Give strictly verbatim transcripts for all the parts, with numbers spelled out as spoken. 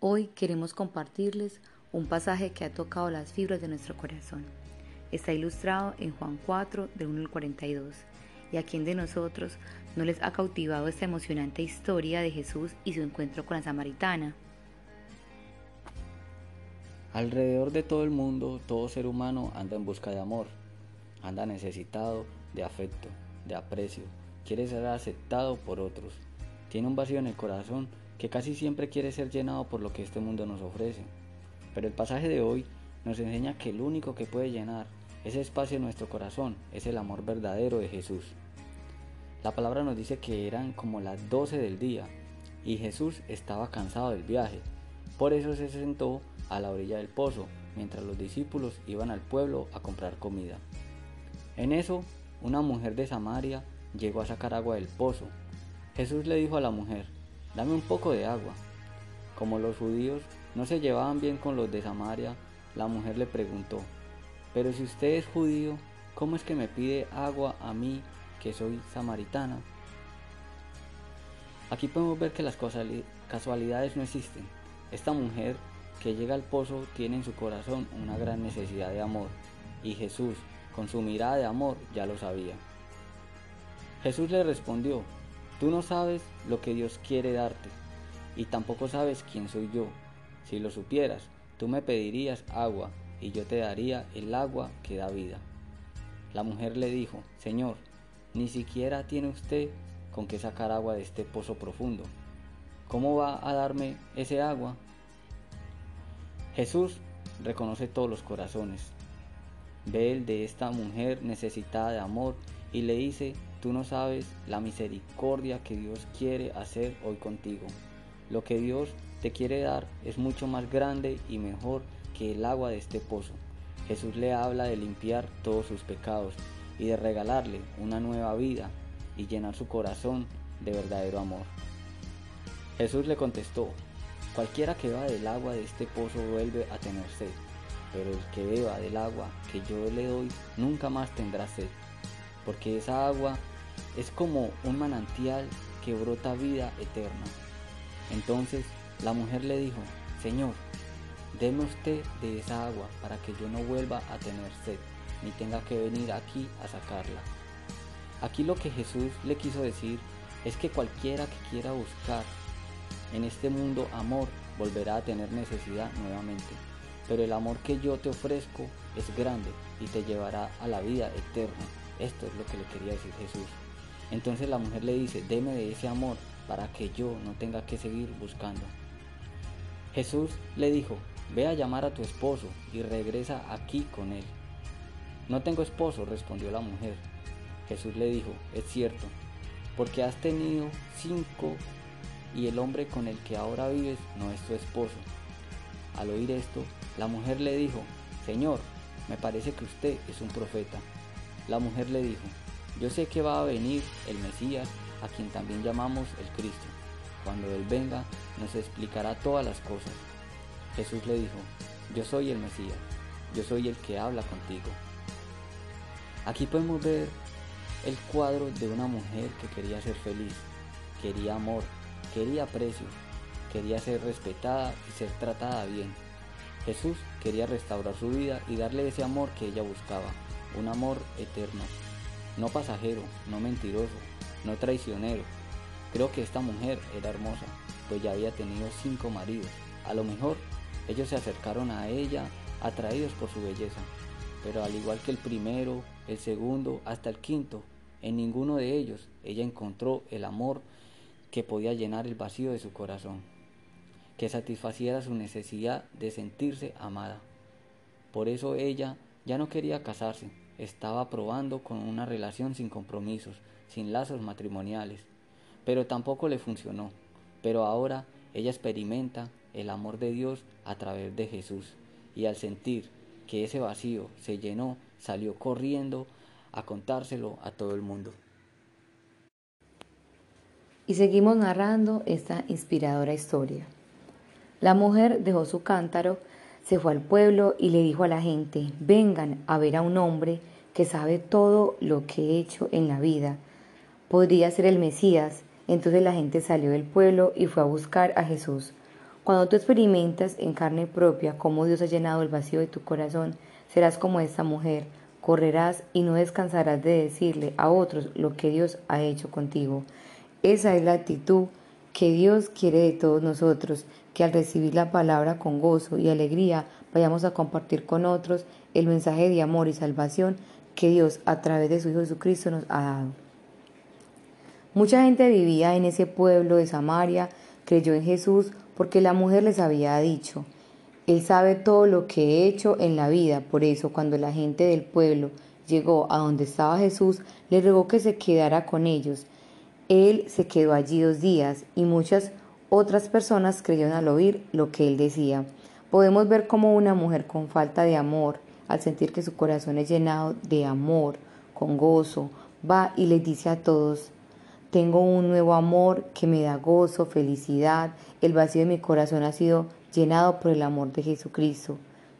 Hoy queremos compartirles un pasaje que ha tocado las fibras de nuestro corazón. Está ilustrado en Juan cuatro, del uno al cuarenta y dos. ¿Y a quién de nosotros no les ha cautivado esta emocionante historia de Jesús y su encuentro con la samaritana? Alrededor de todo el mundo, todo ser humano anda en busca de amor, anda necesitado de afecto, de aprecio, quiere ser aceptado por otros. Tiene un vacío en el corazón que casi siempre quiere ser llenado por lo que este mundo nos ofrece. Pero el pasaje de hoy nos enseña que el único que puede llenar ese espacio en nuestro corazón es el amor verdadero de Jesús. La palabra nos dice que eran como las doce del día y Jesús estaba cansado del viaje. Por eso se sentó a la orilla del pozo, mientras los discípulos iban al pueblo a comprar comida. En eso, una mujer de Samaria llegó a sacar agua del pozo. Jesús le dijo a la mujer: «Dame un poco de agua». Como los judíos no se llevaban bien con los de Samaria, la mujer le preguntó: «Pero si usted es judío, ¿cómo es que me pide agua a mí, que soy samaritana?». Aquí podemos ver que las casualidades no existen. Esta mujer que llega al pozo tiene en su corazón una gran necesidad de amor, y Jesús, con su mirada de amor, ya lo sabía. Jesús le respondió: «Tú no sabes lo que Dios quiere darte, y tampoco sabes quién soy yo. Si lo supieras, tú me pedirías agua, y yo te daría el agua que da vida». La mujer le dijo: «Señor, ni siquiera tiene usted con qué sacar agua de este pozo profundo. ¿Cómo va a darme ese agua?». Jesús reconoce todos los corazones. Ve el de esta mujer necesitada de amor y le dice: «Tú no sabes la misericordia que Dios quiere hacer hoy contigo. Lo que Dios te quiere dar es mucho más grande y mejor que el agua de este pozo». Jesús le habla de limpiar todos sus pecados y de regalarle una nueva vida y llenar su corazón de verdadero amor. Jesús le contestó: «Cualquiera que beba del agua de este pozo vuelve a tener sed, pero el que beba del agua que yo le doy nunca más tendrá sed, porque esa agua es como un manantial que brota vida eterna». Entonces la mujer le dijo: «Señor, deme usted de esa agua para que yo no vuelva a tener sed, ni tenga que venir aquí a sacarla». Aquí lo que Jesús le quiso decir es que cualquiera que quiera buscar en este mundo amor volverá a tener necesidad nuevamente, pero el amor que yo te ofrezco es grande y te llevará a la vida eterna. Esto es lo que le quería decir Jesús. Entonces la mujer le dice: «Deme de ese amor para que yo no tenga que seguir buscando». Jesús le dijo: «Ve a llamar a tu esposo y regresa aquí con él». «No tengo esposo», respondió la mujer. Jesús le dijo: «Es cierto, porque has tenido cinco y el hombre con el que ahora vives no es tu esposo». Al oír esto, la mujer le dijo: «Señor, me parece que usted es un profeta». La mujer le dijo: «Yo sé que va a venir el Mesías, a quien también llamamos el Cristo. Cuando Él venga, nos explicará todas las cosas». Jesús le dijo: «Yo soy el Mesías, yo soy el que habla contigo». Aquí podemos ver el cuadro de una mujer que quería ser feliz, quería amor, quería aprecio, quería ser respetada y ser tratada bien. Jesús quería restaurar su vida y darle ese amor que ella buscaba, un amor eterno, no pasajero, no mentiroso, no traicionero. Creo que esta mujer era hermosa, pues ya había tenido cinco maridos. A lo mejor ellos se acercaron a ella atraídos por su belleza, pero al igual que el primero, el segundo, hasta el quinto, en ninguno de ellos ella encontró el amor que podía llenar el vacío de su corazón, que satisfaciera su necesidad de sentirse amada. Por eso ella ya no quería casarse, estaba probando con una relación sin compromisos, sin lazos matrimoniales, pero tampoco le funcionó. Pero ahora ella experimenta el amor de Dios a través de Jesús, y al sentir que ese vacío se llenó, salió corriendo a contárselo a todo el mundo. Y seguimos narrando esta inspiradora historia. La mujer dejó su cántaro, se fue al pueblo y le dijo a la gente: «Vengan a ver a un hombre que sabe todo lo que he hecho en la vida. Podría ser el Mesías». Entonces la gente salió del pueblo y fue a buscar a Jesús. Cuando tú experimentas en carne propia cómo Dios ha llenado el vacío de tu corazón, serás como esta mujer, correrás y no descansarás de decirle a otros lo que Dios ha hecho contigo. Esa es la actitud que Dios quiere de todos nosotros, que al recibir la palabra con gozo y alegría vayamos a compartir con otros el mensaje de amor y salvación que Dios a través de su Hijo Jesucristo nos ha dado. Mucha gente vivía en ese pueblo de Samaria, creyó en Jesús porque la mujer les había dicho: Él sabe todo lo que he hecho en la vida. Por eso, cuando la gente del pueblo llegó a donde estaba Jesús, le rogó que se quedara con ellos. Él se quedó allí dos días y muchas otras personas creyeron al oír lo que él decía. Podemos ver cómo una mujer con falta de amor, al sentir que su corazón es llenado de amor, con gozo, va y les dice a todos: tengo un nuevo amor que me da gozo, felicidad. El vacío de mi corazón ha sido llenado por el amor de Jesucristo.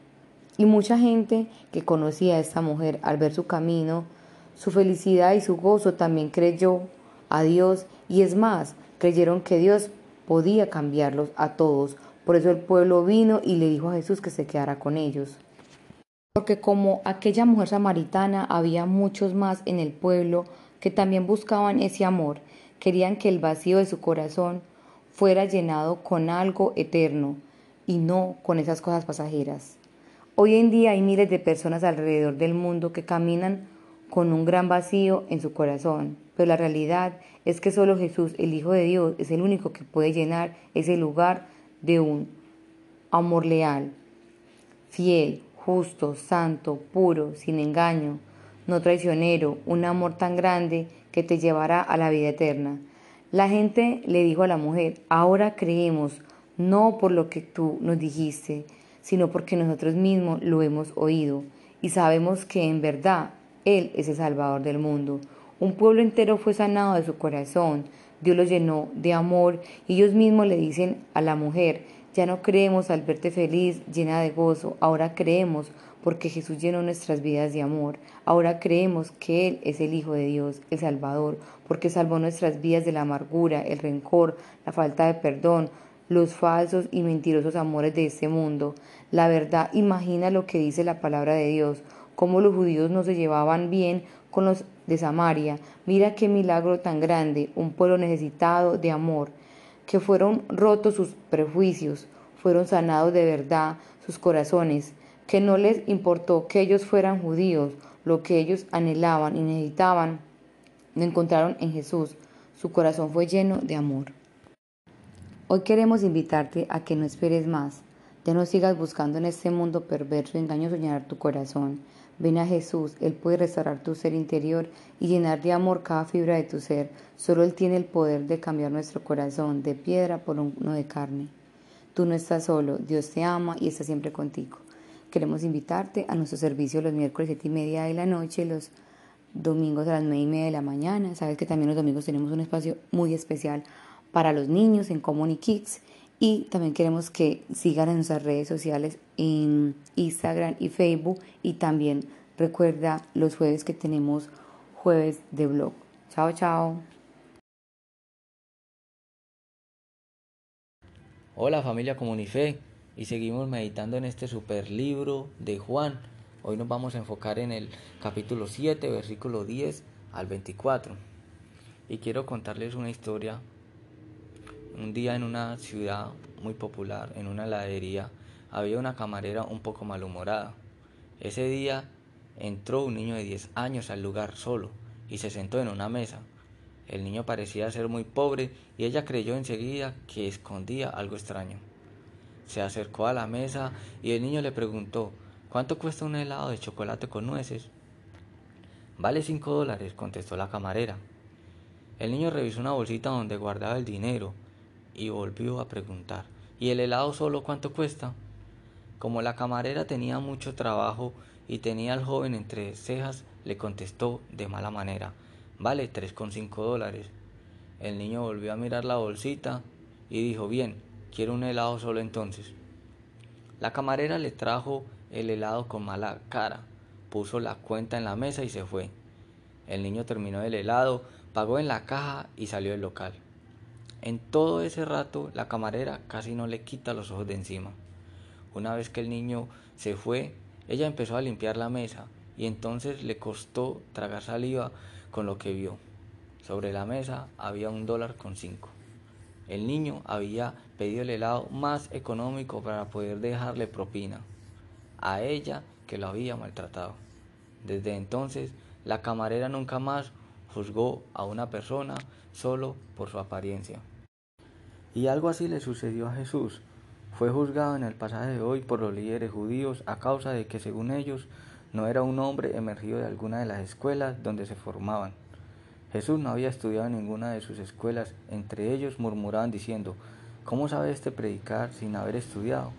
Y mucha gente que conocía a esta mujer, al ver su camino, su felicidad y su gozo, también creyó a Dios. Y es más, creyeron que Dios podía cambiarlos a todos. Por eso el pueblo vino y le dijo a Jesús que se quedara con ellos. Porque como aquella mujer samaritana, había muchos más en el pueblo que también buscaban ese amor, querían que el vacío de su corazón fuera llenado con algo eterno y no con esas cosas pasajeras. Hoy en día hay miles de personas alrededor del mundo que caminan con un gran vacío en su corazón, pero la realidad es que solo Jesús, el Hijo de Dios, es el único que puede llenar ese lugar de un amor leal, fiel, justo, santo, puro, sin engaño, no traicionero, un amor tan grande que te llevará a la vida eterna. La gente le dijo a la mujer: ahora creemos, no por lo que tú nos dijiste, sino porque nosotros mismos lo hemos oído y sabemos que en verdad Él es el Salvador del mundo. Un pueblo entero fue sanado de su corazón, Dios lo llenó de amor y ellos mismos le dicen a la mujer: ya no creemos al verte feliz, llena de gozo, ahora creemos porque Jesús llenó nuestras vidas de amor. Ahora creemos que Él es el Hijo de Dios, el Salvador, porque salvó nuestras vidas de la amargura, el rencor, la falta de perdón, los falsos y mentirosos amores de este mundo. La verdad, imagina lo que dice la palabra de Dios, cómo los judíos no se llevaban bien con los de Samaria. Mira qué milagro tan grande, un pueblo necesitado de amor, que fueron rotos sus prejuicios, fueron sanados de verdad sus corazones, que no les importó que ellos fueran judíos, lo que ellos anhelaban y necesitaban, lo encontraron en Jesús. Su corazón fue lleno de amor. Hoy queremos invitarte a que no esperes más. Ya no sigas buscando en este mundo perverso y engañoso llenar tu corazón. Ven a Jesús, Él puede restaurar tu ser interior y llenar de amor cada fibra de tu ser. Solo Él tiene el poder de cambiar nuestro corazón de piedra por uno de carne. Tú no estás solo, Dios te ama y está siempre contigo. Queremos invitarte a nuestro servicio los miércoles siete y media de la noche, los domingos a las nueve y media de la mañana. Sabes que también los domingos tenemos un espacio muy especial para los niños en Community Kids. Y también queremos que sigan en nuestras redes sociales en Instagram y Facebook. Y también recuerda los jueves que tenemos jueves de blog. Chao, chao. Hola familia Comunife, y seguimos meditando en este super libro de Juan. Hoy nos vamos a enfocar en el capítulo siete, versículo diez al veinticuatro. Y quiero contarles una historia. Un día en una ciudad muy popular, en una heladería, había una camarera un poco malhumorada. Ese día entró un niño de diez años al lugar solo y se sentó en una mesa. El niño parecía ser muy pobre y ella creyó enseguida que escondía algo extraño. Se acercó a la mesa y el niño le preguntó: ¿cuánto cuesta un helado de chocolate con nueces? Vale cinco dólares, contestó la camarera. El niño revisó una bolsita donde guardaba el dinero y volvió a preguntar: ¿y el helado solo cuánto cuesta? Como la camarera tenía mucho trabajo y tenía al joven entre cejas, le contestó de mala manera: vale tres con cinco dólares. El niño volvió a mirar la bolsita y dijo: bien, quiero un helado solo entonces. La camarera le trajo el helado con mala cara, puso la cuenta en la mesa y se fue. El niño terminó el helado, pagó en la caja y salió del local. En todo ese rato la camarera casi no le quita los ojos de encima. Una vez que el niño se fue, ella empezó a limpiar la mesa y entonces le costó tragar saliva con lo que vio. Sobre la mesa había un dólar con cinco. El niño había pedido el helado más económico para poder dejarle propina a ella que lo había maltratado. Desde entonces, la camarera nunca más juzgó a una persona solo por su apariencia. Y algo así le sucedió a Jesús. Fue juzgado en el pasaje de hoy por los líderes judíos a causa de que, según ellos, no era un hombre emergido de alguna de las escuelas donde se formaban. Jesús no había estudiado en ninguna de sus escuelas. Entre ellos murmuraban diciendo: ¿cómo sabe este predicar sin haber estudiado?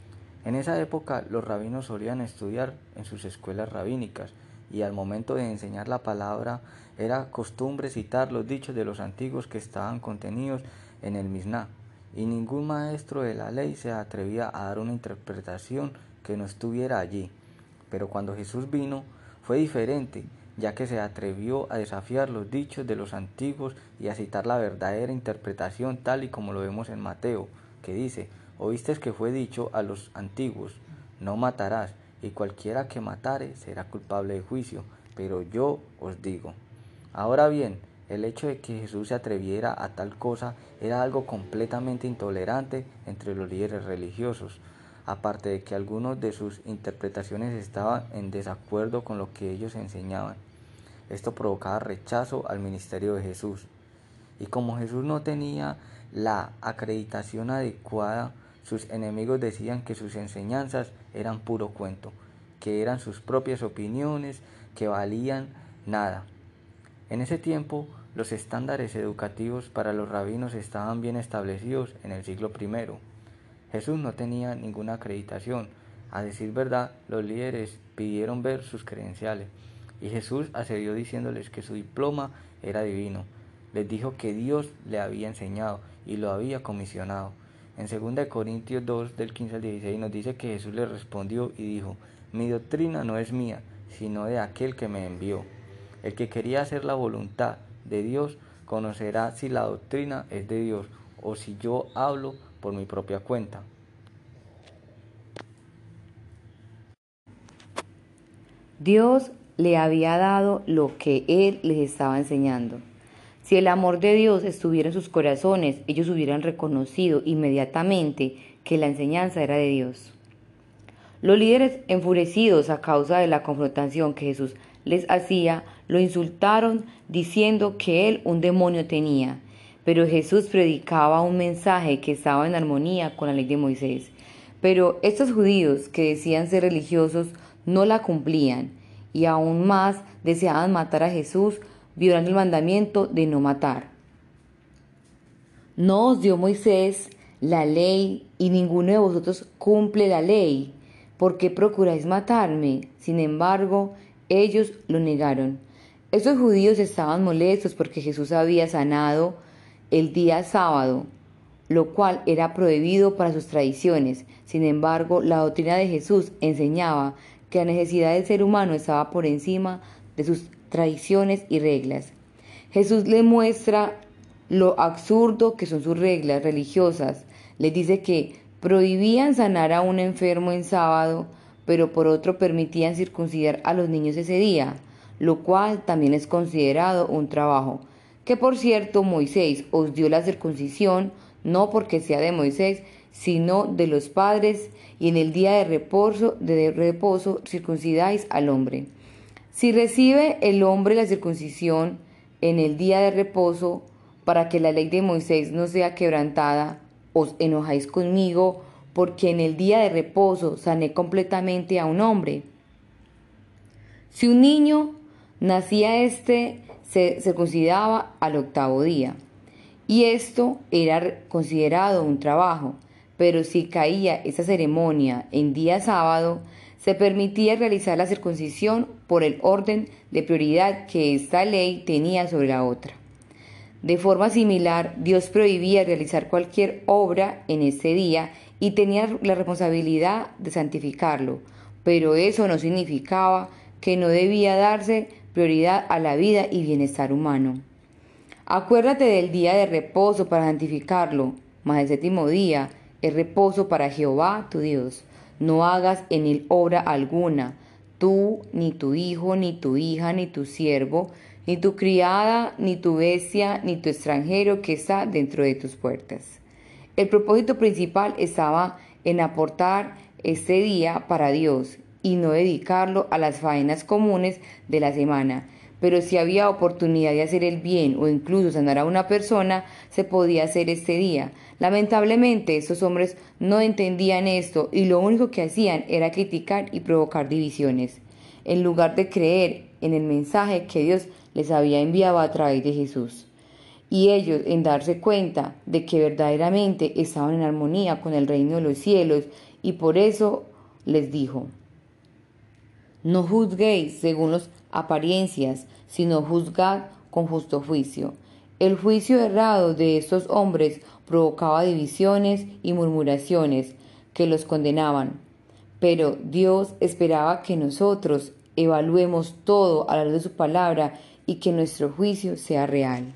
En esa época los rabinos solían estudiar en sus escuelas rabínicas, y al momento de enseñar la palabra era costumbre citar los dichos de los antiguos que estaban contenidos en el Misná, y ningún maestro de la ley se atrevía a dar una interpretación que no estuviera allí. Pero cuando Jesús vino fue diferente, ya que se atrevió a desafiar los dichos de los antiguos y a citar la verdadera interpretación tal y como lo vemos en Mateo, que dice: oísteis que fue dicho a los antiguos, no matarás, y cualquiera que matare será culpable de juicio, pero yo os digo. Ahora bien, el hecho de que Jesús se atreviera a tal cosa era algo completamente intolerante entre los líderes religiosos, aparte de que algunos de sus interpretaciones estaban en desacuerdo con lo que ellos enseñaban. Esto provocaba rechazo al ministerio de Jesús. Y como Jesús no tenía la acreditación adecuada, sus enemigos decían que sus enseñanzas eran puro cuento, que eran sus propias opiniones, que valían nada. En ese tiempo, los estándares educativos para los rabinos estaban bien establecidos en el siglo primero. Jesús no tenía ninguna acreditación. A decir verdad, los líderes pidieron ver sus credenciales, y Jesús accedió diciéndoles que su diploma era divino. Les dijo que Dios le había enseñado y lo había comisionado. En segunda de Corintios dos, del quince al dieciséis, nos dice que Jesús le respondió y dijo: mi doctrina no es mía, sino de aquel que me envió. El que quería hacer la voluntad de Dios conocerá si la doctrina es de Dios o si yo hablo por mi propia cuenta. Dios le había dado lo que Él les estaba enseñando. Si el amor de Dios estuviera en sus corazones, ellos hubieran reconocido inmediatamente que la enseñanza era de Dios. Los líderes, enfurecidos a causa de la confrontación que Jesús les hacía, lo insultaron diciendo que él un demonio tenía. Pero Jesús predicaba un mensaje que estaba en armonía con la ley de Moisés. Pero estos judíos que decían ser religiosos no la cumplían, y aún más deseaban matar a Jesús, violando el mandamiento de no matar. No os dio Moisés la ley, y ninguno de vosotros cumple la ley. ¿Por qué procuráis matarme? Sin embargo, ellos lo negaron. Estos judíos estaban molestos porque Jesús había sanado el día sábado, lo cual era prohibido para sus tradiciones. Sin embargo, la doctrina de Jesús enseñaba que la necesidad del ser humano estaba por encima de sus tradiciones y reglas. Jesús le muestra lo absurdo que son sus reglas religiosas. Les dice que prohibían sanar a un enfermo en sábado, pero por otro permitían circuncidar a los niños ese día, lo cual también es considerado un trabajo. Que por cierto, Moisés os dio la circuncisión, no porque sea de Moisés, sino de los padres, y en el día de reposo, de reposo circuncidáis al hombre. Si recibe el hombre la circuncisión en el día de reposo, para que la ley de Moisés no sea quebrantada, os enojáis conmigo, porque en el día de reposo sané completamente a un hombre. Si un niño nacía, éste se circuncidaba al octavo día, y esto era considerado un trabajo. Pero si caía esa ceremonia en día sábado, se permitía realizar la circuncisión por el orden de prioridad que esta ley tenía sobre la otra. De forma similar, Dios prohibía realizar cualquier obra en ese día y tenía la responsabilidad de santificarlo, pero eso no significaba que no debía darse prioridad a la vida y bienestar humano. Acuérdate del día de reposo para santificarlo, mas el séptimo día es reposo para Jehová tu Dios. No hagas en él obra alguna, tú, ni tu hijo, ni tu hija, ni tu siervo, ni tu criada, ni tu bestia, ni tu extranjero que está dentro de tus puertas. El propósito principal estaba en aportar este día para Dios y no dedicarlo a las faenas comunes de la semana. Pero si había oportunidad de hacer el bien o incluso sanar a una persona, se podía hacer este día. Lamentablemente, estos hombres no entendían esto y lo único que hacían era criticar y provocar divisiones, en lugar de creer en el mensaje que Dios les había enviado a través de Jesús. Y ellos, en darse cuenta de que verdaderamente estaban en armonía con el reino de los cielos, y por eso les dijo: no juzguéis según las apariencias, sino juzgad con justo juicio. El juicio errado de estos hombres provocaba divisiones y murmuraciones que los condenaban. Pero Dios esperaba que nosotros evaluemos todo a la luz de su palabra y que nuestro juicio sea real.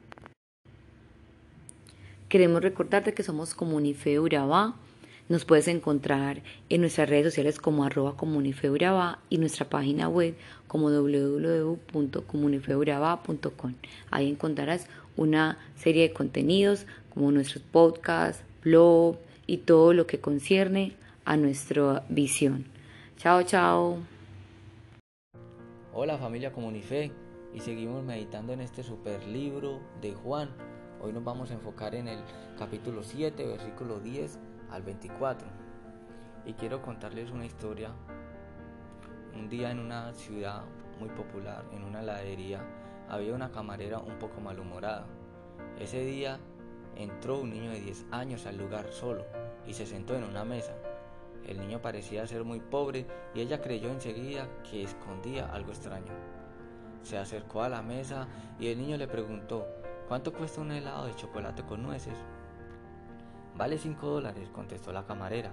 Queremos recordarte que somos Comunife Urabá. Nos puedes encontrar en nuestras redes sociales como arroba Comunife Urabá y nuestra página web como doble u doble u doble u punto comunife urabá punto com. Ahí encontrarás una serie de contenidos como nuestros podcasts, blog y todo lo que concierne a nuestra visión. Chao, chao. Hola familia Comunife, y seguimos meditando en este super libro de Juan. Hoy nos vamos a enfocar en el capítulo siete, versículo diez al veinticuatro. Y quiero contarles una historia. Un día en una ciudad muy popular, en una heladería, había una camarera un poco malhumorada. Ese día entró un niño de diez años al lugar solo y se sentó en una mesa. El niño parecía ser muy pobre y ella creyó enseguida que escondía algo extraño. Se acercó a la mesa y el niño le preguntó: ¿cuánto cuesta un helado de chocolate con nueces? Vale cinco dólares, contestó la camarera.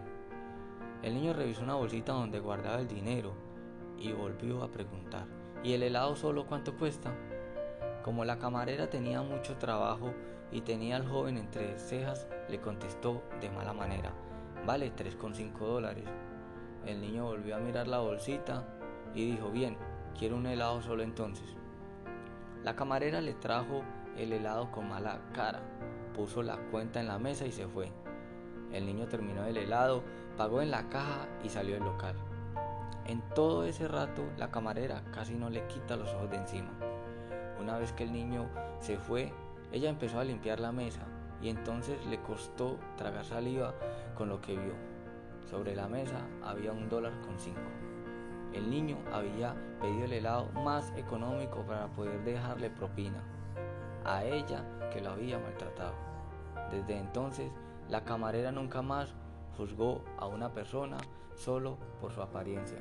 El niño revisó una bolsita donde guardaba el dinero y volvió a preguntar: ¿y el helado solo cuánto cuesta? Como la camarera tenía mucho trabajo y tenía al joven entre cejas, le contestó de mala manera: vale tres con cinco dólares. El niño volvió a mirar la bolsita y dijo: bien, quiero un helado solo entonces. La camarera le trajo el helado con mala cara, puso la cuenta en la mesa y se fue. El niño terminó el helado, pagó en la caja y salió del local. En todo ese rato, la camarera casi no le quita los ojos de encima. Una vez que el niño se fue, ella empezó a limpiar la mesa y entonces le costó tragar saliva con lo que vio. Sobre la mesa había un dólar con cinco. El niño había pedido el helado más económico para poder dejarle propina a ella, que lo había maltratado. Desde entonces, la camarera nunca más juzgó a una persona solo por su apariencia.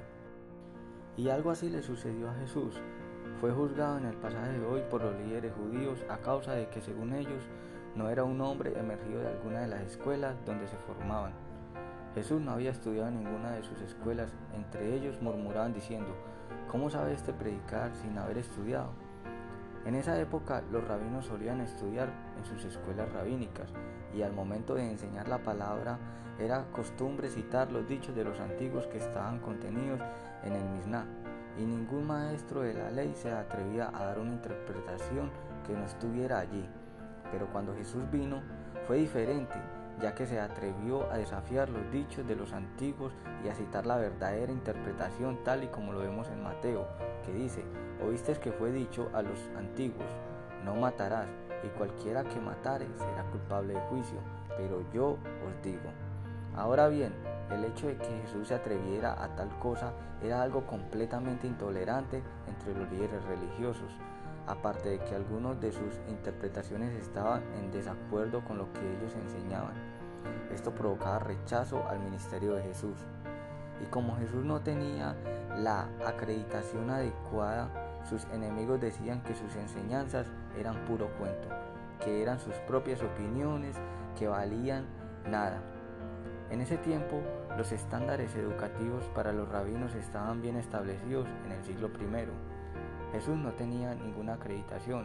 Y algo así le sucedió a Jesús. Fue juzgado en el pasaje de hoy por los líderes judíos a causa de que, según ellos, no era un hombre emergido de alguna de las escuelas donde se formaban. Jesús no había estudiado en ninguna de sus escuelas. Entre ellos murmuraban diciendo: ¿cómo sabe este predicar sin haber estudiado? En esa época los rabinos solían estudiar en sus escuelas rabínicas, y al momento de enseñar la palabra era costumbre citar los dichos de los antiguos que estaban contenidos en el Misná, y ningún maestro de la ley se atrevía a dar una interpretación que no estuviera allí. Pero cuando Jesús vino fue diferente, ya que se atrevió a desafiar los dichos de los antiguos y a citar la verdadera interpretación, tal y como lo vemos en Mateo, que dice: oísteis que fue dicho a los antiguos: no matarás, y cualquiera que matare será culpable de juicio, pero yo os digo. Ahora bien, el hecho de que Jesús se atreviera a tal cosa era algo completamente intolerante entre los líderes religiosos, aparte de que algunos de sus interpretaciones estaban en desacuerdo con lo que ellos enseñaban. Esto provocaba rechazo al ministerio de Jesús. Y como Jesús no tenía la acreditación adecuada, sus enemigos decían que sus enseñanzas eran puro cuento, que eran sus propias opiniones, que valían nada. En ese tiempo, los estándares educativos para los rabinos estaban bien establecidos en el siglo primero. Jesús no tenía ninguna acreditación,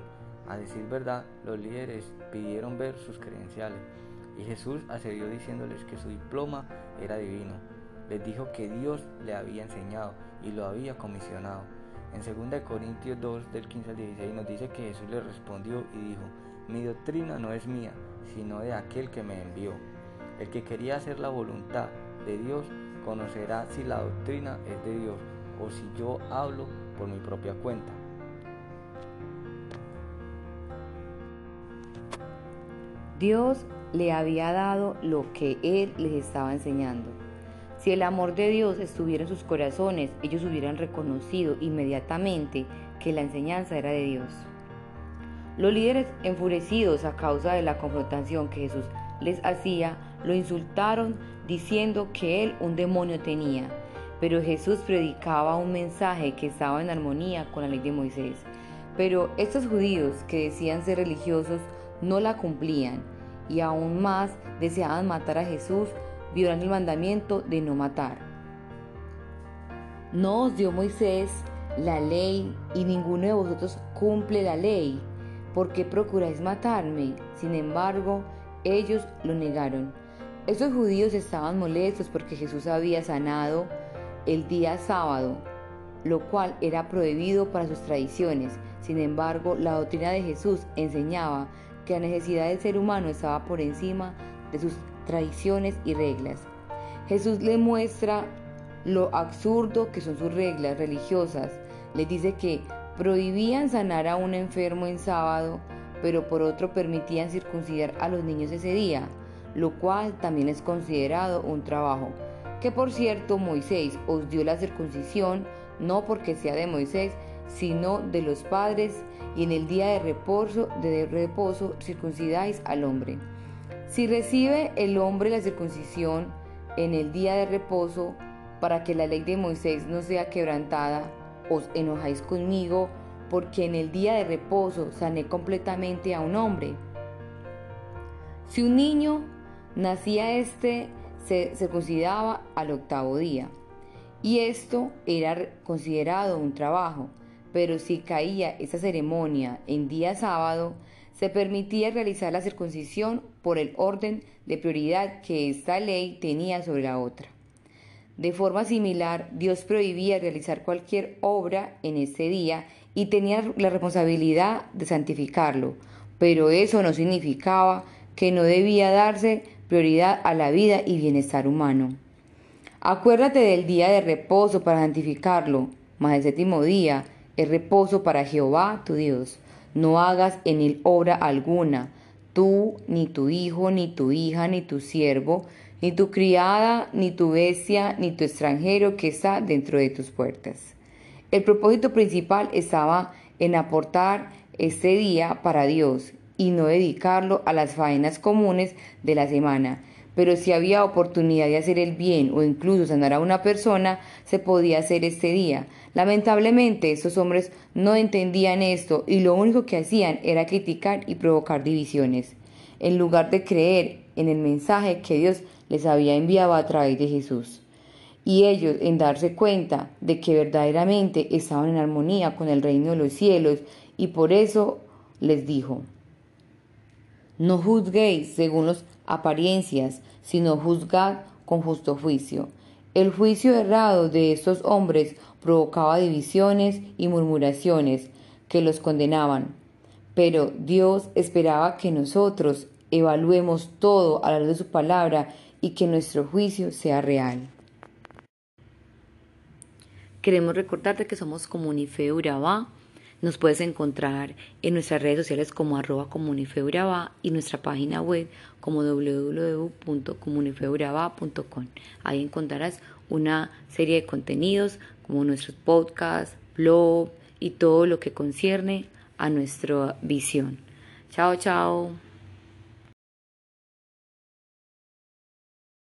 A decir verdad, los líderes pidieron ver sus credenciales, y Jesús accedió diciéndoles que su diploma era divino. Les dijo que Dios le había enseñado y lo había comisionado. En segunda Corintios dos, del quince al dieciséis, nos dice que Jesús le respondió y dijo: mi doctrina no es mía, sino de aquel que me envió. El que quería hacer la voluntad de Dios conocerá si la doctrina es de Dios o si yo hablo por mi propia cuenta. Dios le había dado lo que Él les estaba enseñando. Si el amor de Dios estuviera en sus corazones, ellos hubieran reconocido inmediatamente que la enseñanza era de Dios. Los líderes, enfurecidos a causa de la confrontación que Jesús les hacía, lo insultaron diciendo que él un demonio tenía. Pero Jesús predicaba un mensaje que estaba en armonía con la ley de Moisés. Pero estos judíos que decían ser religiosos no la cumplían y aún más deseaban matar a Jesús, violando el mandamiento de no matar. No os dio Moisés la ley y ninguno de vosotros cumple la ley. ¿Por qué procuráis matarme? Sin embargo, ellos lo negaron. Estos judíos estaban molestos porque Jesús había sanado el día sábado, lo cual era prohibido para sus tradiciones. Sin embargo, la doctrina de Jesús enseñaba que la necesidad del ser humano estaba por encima de sus tradiciones y reglas. Jesús le muestra lo absurdo que son sus reglas religiosas. Les dice que prohibían sanar a un enfermo en sábado, pero por otro permitían circuncidar a los niños ese día, lo cual también es considerado un trabajo. Que por cierto, Moisés os dio la circuncisión, no porque sea de Moisés, sino de los padres, y en el día de reposo, de reposo circuncidáis al hombre. Si recibe el hombre la circuncisión en el día de reposo, para que la ley de Moisés no sea quebrantada, os enojáis conmigo, porque en el día de reposo sané completamente a un hombre. Si un niño nacía, este se circuncidaba al octavo día, y esto era considerado un trabajo. Pero si caía esa ceremonia en día sábado, se permitía realizar la circuncisión por el orden de prioridad que esta ley tenía sobre la otra. De forma similar, Dios prohibía realizar cualquier obra en este día y tenía la responsabilidad de santificarlo, pero eso no significaba que no debía darse prioridad a la vida y bienestar humano. Acuérdate del día de reposo para santificarlo, mas el séptimo día es reposo para Jehová tu Dios. No hagas en él obra alguna, tú, ni tu hijo, ni tu hija, ni tu siervo, ni tu criada, ni tu bestia, ni tu extranjero que está dentro de tus puertas. El propósito principal estaba en aportar este día para Dios y no dedicarlo a las faenas comunes de la semana. Pero si había oportunidad de hacer el bien o incluso sanar a una persona, se podía hacer este día. Lamentablemente, estos hombres no entendían esto y lo único que hacían era criticar y provocar divisiones, en lugar de creer en el mensaje que Dios les había enviado a través de Jesús. Y ellos, en darse cuenta de que verdaderamente estaban en armonía con el reino de los cielos, y por eso les dijo: no juzguéis según las apariencias, sino juzgad con justo juicio. El juicio errado de estos hombres provocaba divisiones y murmuraciones que los condenaban. Pero Dios esperaba que nosotros evaluemos todo a la luz de su palabra y que nuestro juicio sea real. Queremos recordarte que somos Comunife Urabá. Nos puedes encontrar en nuestras redes sociales como arroba Comunife Urabá y nuestra página web como doble u doble u doble u punto comunife urabá punto com. Ahí encontrarás una serie de contenidos como nuestros podcasts, blog y todo lo que concierne a nuestra visión. Chao, chao.